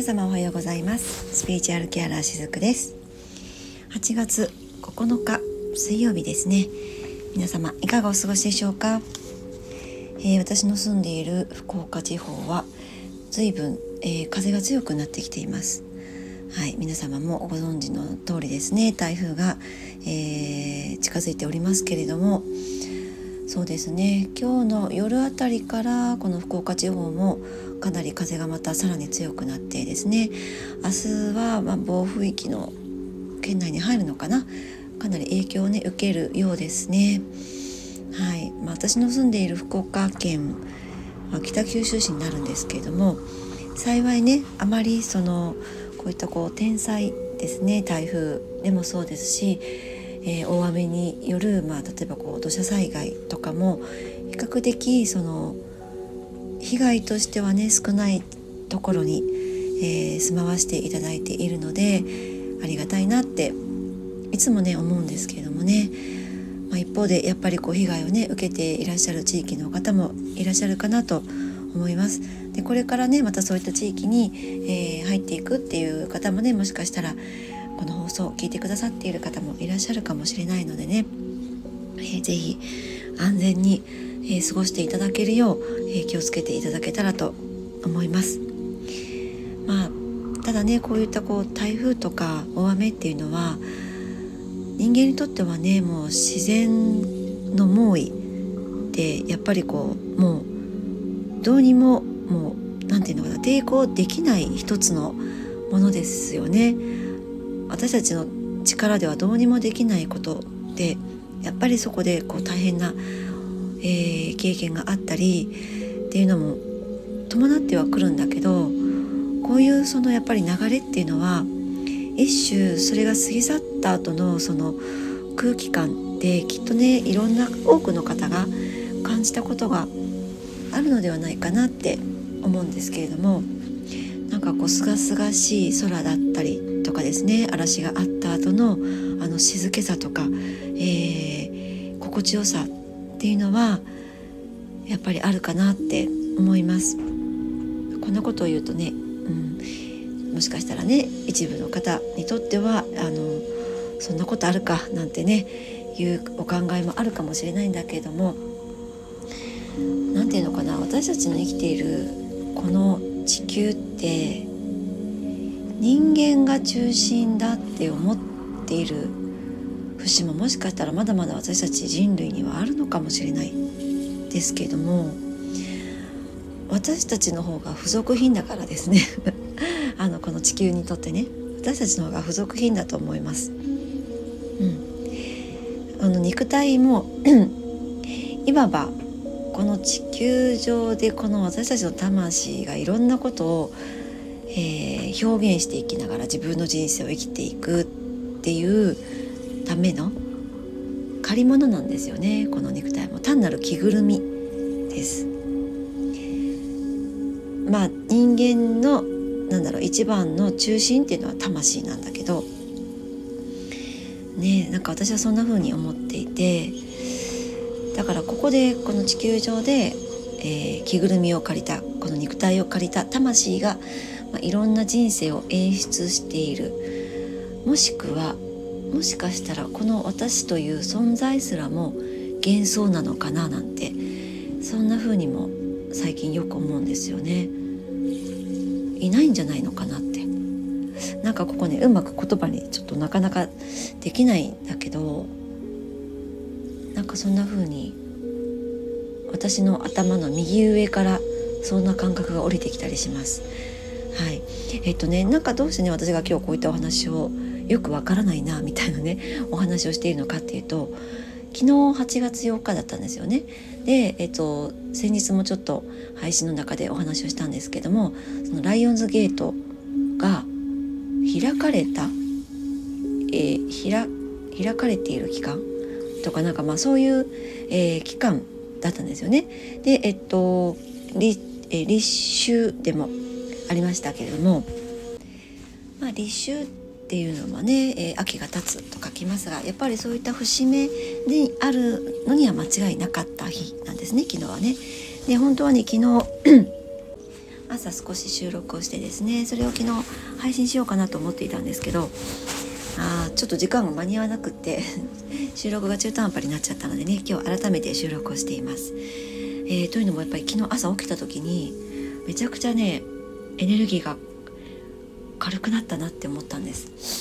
様おはようございます。スピリチュアルケアラーしずくです。8月9日水曜日ですね。皆様いかがお過ごしでしょうか。私の住んでいる福岡地方は随分、風が強くなってきています。はい、皆様もご存知の通りですね、台風が、近づいておりますけれども、そうですね、今日の夜あたりからこの福岡地方もかなり風がまたさらに強くなってですね、明日は暴風域の圏内に入るのかな、かなり影響を受けるようですね。はい、私の住んでいる福岡県は北九州市になるんですけれども、幸いね、あまりこういった天災ですね、台風でもそうですし、大雨による、例えば土砂災害とかも比較的被害としてはね少ないところに、住まわせていただいているのでありがたいなっていつもね思うんですけれどもね、一方でやっぱり被害をね受けていらっしゃる地域の方もいらっしゃるかなと思います。でこれからねまたそういった地域に、入っていくっていう方もね、もしかしたらこの放送を聞いてくださっている方もいらっしゃるかもしれないのでね、ぜひ安全に、過ごしていただけるよう、気をつけていただけたらと思います。ただね、こういった台風とか大雨っていうのは人間にとってはねもう自然の猛威で、やっぱりもうどうにももうなんていうのかな、抵抗できない一つのものですよね。私たちの力ではどうにもできないことで、やっぱりそこで大変な、経験があったりっていうのも伴ってはくるんだけど、こういうやっぱり流れっていうのは一種それが過ぎ去った後の空気感できっとねいろんな多くの方が感じたことがあるのではないかなって思うんですけれども、なんかすがすがしい空だったりとかですね、嵐があった後の静けさとか、心地よさっていうのはやっぱりあるかなって思います。こんなことを言うとね、もしかしたらね一部の方にとってはそんなことあるかなんてねいうお考えもあるかもしれないんだけれども、なんていうのかな、私たちの生きているこの地球って人間が中心だって思っている節ももしかしたらまだまだ私たち人類にはあるのかもしれないですけれども、私たちの方が付属品だからですねこの地球にとってね、私たちの方が付属品だと思います。肉体もいわばこの地球上でこの私たちの魂がいろんなことを、表現していきながら自分の人生を生きていくっていうための借り物なんですよね。この肉体も単なる着ぐるみです。人間の一番の中心っていうのは魂なんだけどね、なんか私はそんな風に思っていて、だからここでこの地球上で、着ぐるみを借りたこの肉体を借りた魂が、いろんな人生を演出している、もしくはもしかしたらこの私という存在すらも幻想なのかななんて、そんな風にも最近よく思うんですよね。いないんじゃないのかなって、なんかここねうまく言葉にちょっとなかなかできないんだけど、なんかそんな風に私の頭の右上からそんな感覚が降りてきたりします。はい、なんかどうしてね私が今日こういったお話をよくわからないなみたいなねお話をしているのかっていうと、昨日8月8日だったんですよね。で、先日もちょっと配信の中でお話をしたんですけども、そのライオンズゲートが開かれた、開かれている期間とかそういう、期間だったんですよね。で、立秋でもありましたけれども、立秋っていうのはね、秋が経つと書きますが、やっぱりそういった節目であるのには間違いなかった日なんですね、昨日はね。で本当はね昨日朝少し収録をしてですね、それを昨日配信しようかなと思っていたんですけど、ちょっと時間が間に合わなくって収録が中途半端になっちゃったのでね、今日改めて収録をしています。というのもやっぱり昨日朝起きた時にめちゃくちゃねエネルギーが軽くなったなって思ったんです。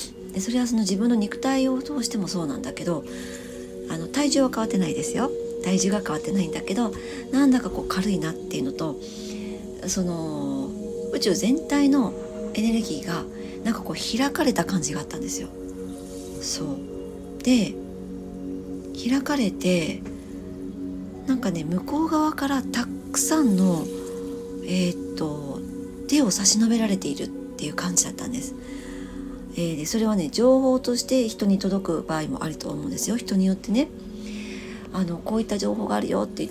でそれはその自分の肉体を通してもそうなんだけど、体重は変わってないですよ。体重が変わってないんだけど、なんだかこう軽いなっていうのと、その宇宙全体のエネルギーがなんかこう開かれた感じがあったんですよ。そうで開かれて、なんかね向こう側からたくさんの手を差し伸べられているっていう感じだったんです。でそれはね情報として人に届く場合もあると思うんですよ。人によってね、こういった情報があるよって言って、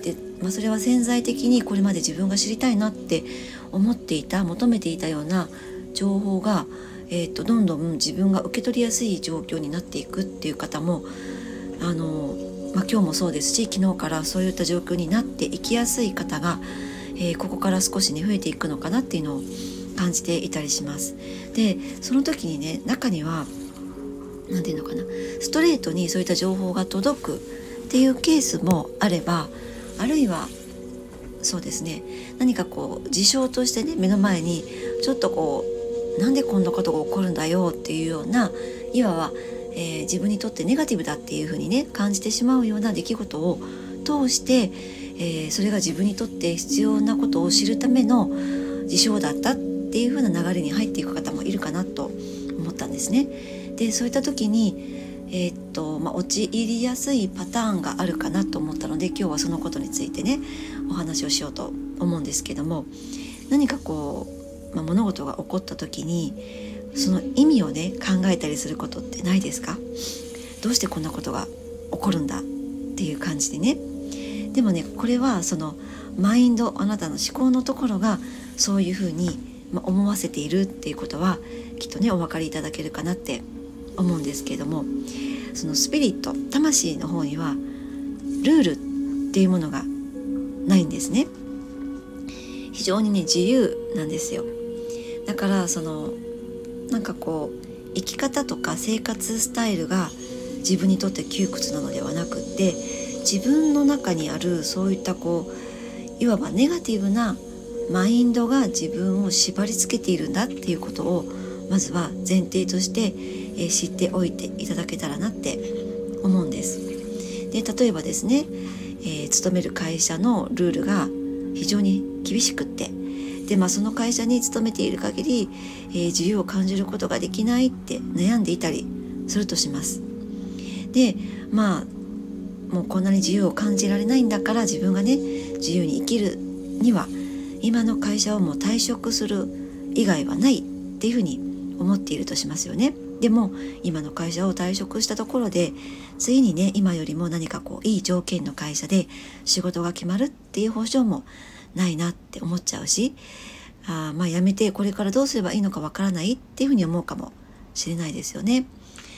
それは潜在的にこれまで自分が知りたいなって思っていた、求めていたような情報が、どんどん自分が受け取りやすい状況になっていくっていう方も今日もそうですし、昨日からそういった状況になっていきやすい方が、ここから少しね増えていくのかなっていうのを感じていたりします。でその時にね、中にはなんていうのかな、ストレートにそういった情報が届くっていうケースもあれば、あるいはそうですね、何かこう事象としてね目の前にちょっとこうなんでこんなことが起こるんだよっていうような、いわば、自分にとってネガティブだっていうふうにね感じてしまうような出来事を通して、それが自分にとって必要なことを知るための事象だったっていうふうな流れに入っていく方もいるかなと思ったんですね。でそういった時に陥りやすいパターンがあるかなと思ったので、今日はそのことについてねお話をしようと思うんですけども、何かこう、物事が起こった時にその意味をね考えたりすることってないですか？どうしてこんなことが起こるんだっていう感じでね。でもねこれはそのマインド、あなたの思考のところがそういうふうに思わせているっていうことはきっとねお分かりいただけるかなって思うんですけれども、そのスピリット、魂の方にはルールっていうものがないんですね。非常にね自由なんですよ。だからそのなんかこう生き方とか生活スタイルが自分にとって窮屈なのではなくって、自分の中にあるそういったこういわばネガティブなマインドが自分を縛り付けているんだっていうことをまずは前提として、知っておいていただけたらなって思うんです。で例えばですね、勤める会社のルールが非常に厳しくって、でその会社に勤めている限り、自由を感じることができないって悩んでいたりするとします。でもうこんなに自由を感じられないんだから、自分がね自由に生きるには今の会社をもう退職する以外はないっていうふうに思っているとしますよね。でも今の会社を退職したところで次にね今よりも何かこういい条件の会社で仕事が決まるっていう保証もないなって思っちゃうし、辞めてこれからどうすればいいのかわからないっていうふうに思うかもしれないですよね。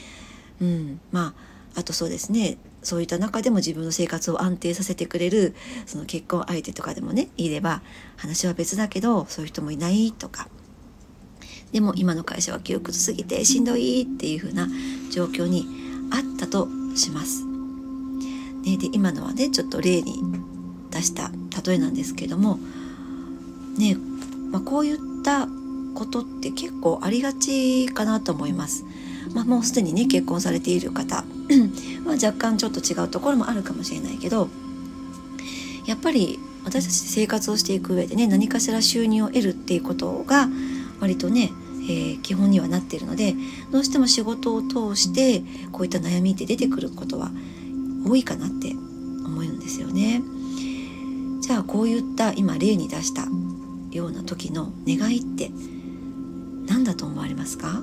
あとそうですね、そういった中でも自分の生活を安定させてくれるその結婚相手とかでもねいれば、話は別だけどそういう人もいないとか、でも今の会社は窮屈すぎてしんどいっていう風な状況にあったとします、で今のはねちょっと例に出した例えなんですけどもね、こういったことって結構ありがちかなと思います。もうすでにね結婚されている方は若干ちょっと違うところもあるかもしれないけど、やっぱり私たち生活をしていく上でね何かしら収入を得るっていうことが割とね、基本にはなっているので、どうしても仕事を通してこういった悩みって出てくることは多いかなって思うんですよね。じゃあこういった今例に出したような時の願いって何だと思われますか？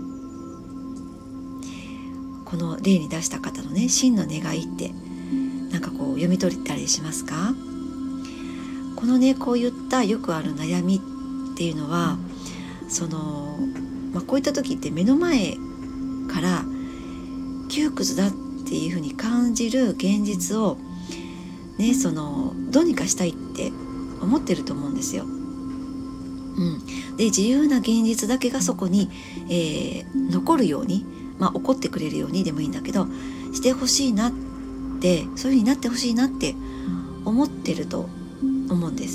この例に出した方のね真の願いってなんかこう読み取れたりしますか？このねこういったよくある悩みっていうのはこういった時って目の前から窮屈だっていうふうに感じる現実をねどうにかしたいって思ってると思うんですよ。 で自由な現実だけがそこに、残るように、起こってくれるようにでもいいんだけどしてほしいなって、そういう風になってほしいなって思ってると思うんです。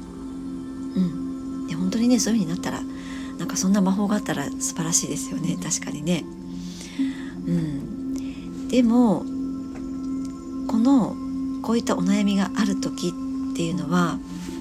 で本当にねそういう風になったらなんかそんな魔法があったら素晴らしいですよね。確かにね。でもこういったお悩みがある時っていうのは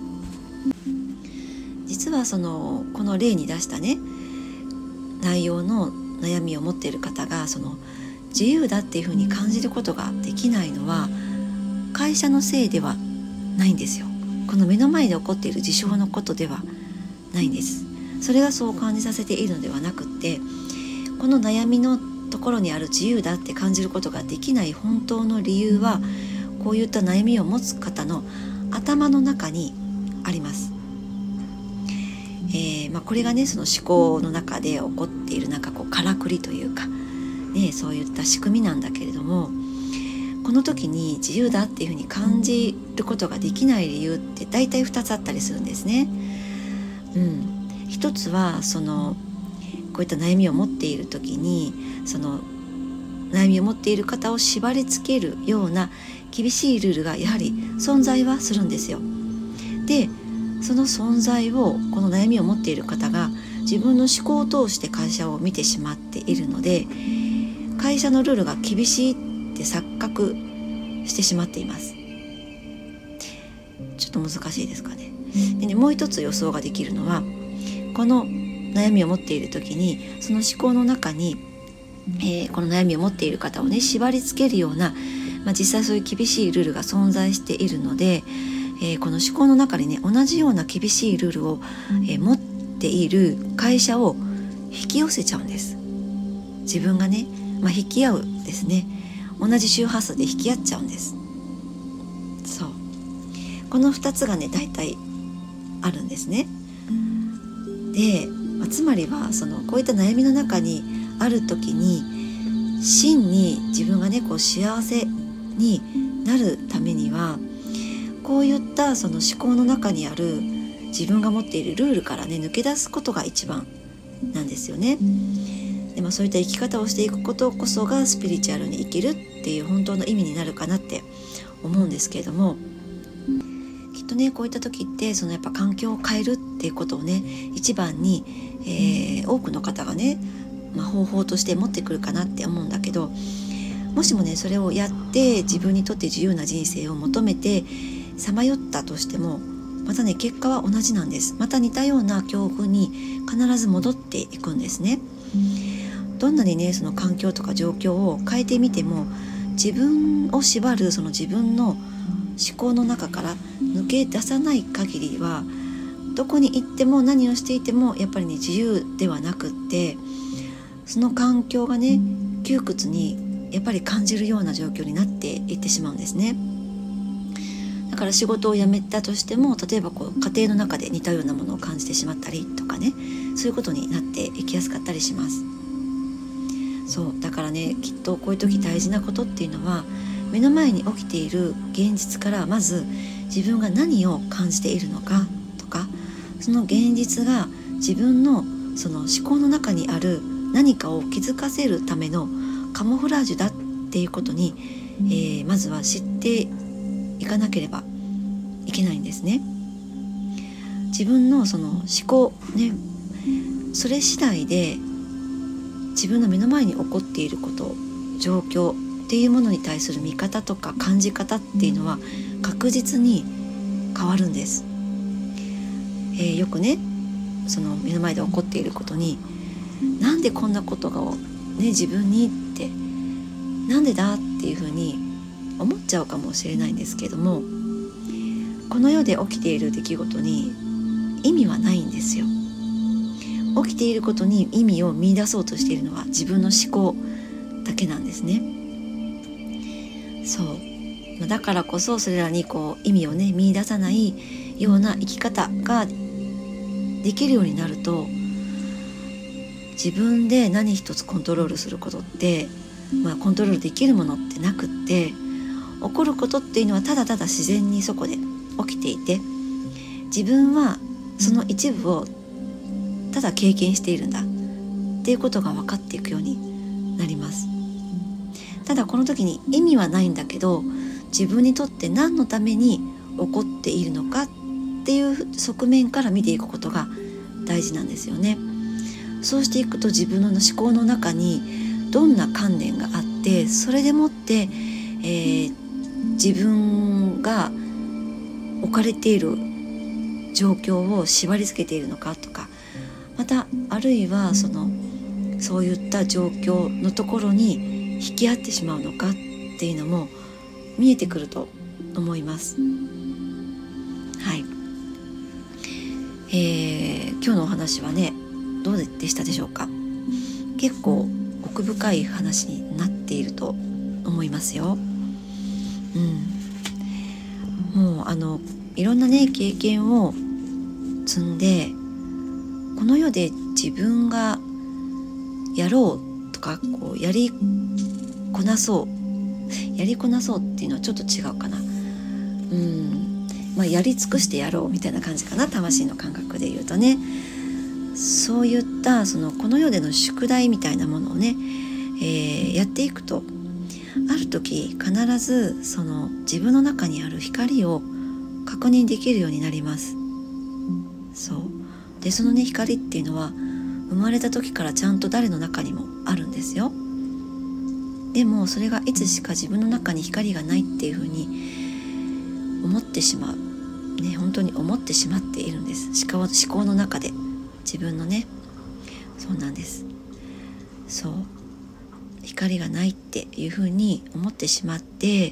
実はこの例に出したね内容の悩みを持っている方が自由だっていうふうに感じることができないのは会社のせいではないんですよ。この目の前で起こっている事象のことではないんです。それがそう感じさせているのではなくって、この悩みのところにある自由だって感じることができない本当の理由はこういった悩みを持つ方の頭の中にあります。これがねその思考の中で起こっているからくりというか、そういった仕組みなんだけれども、この時に自由だっていうふうに感じることができない理由って大体2つあったりするんですね。一つはこういった悩みを持っている時に悩みを持っている方を縛り付けるような厳しいルールがやはり存在はするんですよ。でその存在をこの悩みを持っている方が自分の思考を通して会社を見てしまっているので、会社のルールが厳しいって錯覚してしまっています。ちょっと難しいですかね。でね、もう一つ予想ができるのはこの悩みを持っている時にその思考の中に、この悩みを持っている方をね縛り付けるような、実際そういう厳しいルールが存在しているので、この思考の中にね同じような厳しいルールを、持っている会社を引き寄せちゃうんです。自分がね、引き合うですね。同じ周波数で引き合っちゃうんです。そうこの2つがね大体あるんですね。で、つまりはこういった悩みの中にある時に真に自分がね幸せになるためにはこういった思考の中にある自分が持っているルールからね抜け出すことが一番なんですよね。でもそういった生き方をしていくことこそがスピリチュアルに生きるっていう本当の意味になるかなって思うんですけれども、きっとねこういった時ってやっぱ環境を変えるっていうことをね一番に、多くの方がね、方法として持ってくるかなって思うんだけど、もしもねそれをやって自分にとって自由な人生を求めてさまよったとしてもまたね結果は同じなんです。また似たような境遇に必ず戻っていくんですね。どんなにねその環境とか状況を変えてみても自分を縛る自分の思考の中から抜け出さない限りはどこに行っても何をしていてもやっぱりね自由ではなくって、その環境がね窮屈にやっぱり感じるような状況になっていってしまうんですね。だから仕事を辞めたとしても例えば家庭の中で似たようなものを感じてしまったりとかね、そういうことになっていきやすかったりします。そうだからねきっとこういう時大事なことっていうのは目の前に起きている現実からまず自分が何を感じているのかとか、その現実が自分の思考の中にある何かを気づかせるためのカモフラージュだっていうことに、まずは知っていかなければいけないんですね。自分の思考ね、それ次第で自分の目の前に起こっていること状況っていうものに対する見方とか感じ方っていうのは確実に変わるんです。よくね目の前で起こっていることになんでこんなことが、自分にってなんでだっていうふうに思っちゃうかもしれないんですけども、この世で起きている出来事に意味はないんですよ。起きていることに意味を見出そうとしているのは自分の思考だけなんですね。そうだからこそそれらに意味をね見出さないような生き方ができるようになると、自分で何一つコントロールすることって、コントロールできるものってなくって、起こることっていうのはただただ自然にそこで起きていて、自分はその一部をただ経験しているんだっていうことが分かっていくようになります。ただこの時に意味はないんだけど、自分にとって何のために起こっているのかっていう側面から見ていくことが大事なんですよね。そうしていくと自分の思考の中にどんな観念があって、それでもって、自分が置かれている状況を縛り付けているのかとか、またあるいはそういった状況のところに引き合ってしまうのかっていうのも見えてくると思います。はい、今日のお話はね、どうでしたでしょうか。結構奥深い話になっていると思いますよ。もういろんなね経験を積んで、この世で自分がやろうとかやりこなそうっていうのはちょっと違うかな。やり尽くしてやろうみたいな感じかな、魂の感覚で言うとね。そういったこの世での宿題みたいなものをね、やっていくと、ある時必ず自分の中にある光を確認できるようになります。でそのね光っていうのは生まれた時からちゃんと誰の中にもあるんですよ。でもそれがいつしか自分の中に光がないっていうふうに思ってしまう、本当に思ってしまっているんです。思考の中で自分のね、そうなんです。光がないっていうふうに思ってしまって、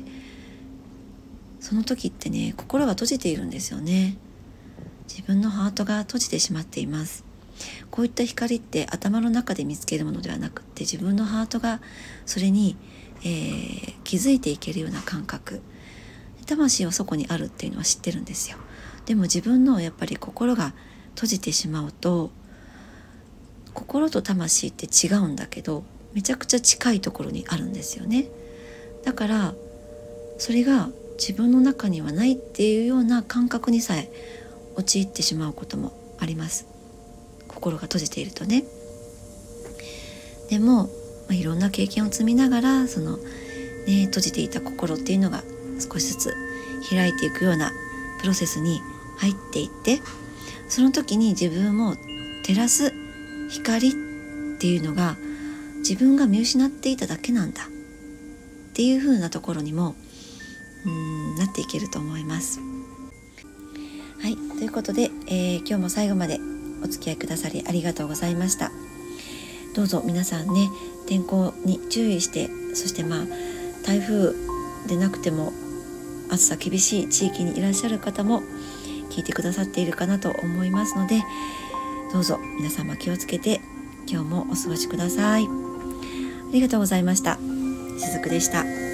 その時ってね、心が閉じているんですよね。自分のハートが閉じてしまっています。こういった光って頭の中で見つけるものではなくって、自分のハートがそれに、気づいていけるような感覚、魂はそこにあるっていうのは知ってるんですよ。でも自分のやっぱり心が閉じてしまうと、心と魂って違うんだけどめちゃくちゃ近いところにあるんですよね。だからそれが自分の中にはないっていうような感覚にさえ陥ってしまうこともあります。心が閉じているとね。でも、いろんな経験を積みながら閉じていた心っていうのが少しずつ開いていくようなプロセスに入っていって、その時に自分を照らす光っていうのが自分が見失っていただけなんだっていう風なところにもなっていけると思います。はい、ということで、今日も最後までお付き合いくださりありがとうございました。どうぞ皆さんね、天候に注意して、そして台風でなくても暑さ厳しい地域にいらっしゃる方も聞いてくださっているかなと思いますので、どうぞ皆様気をつけて今日もお過ごしください。ありがとうございました。しずくでした。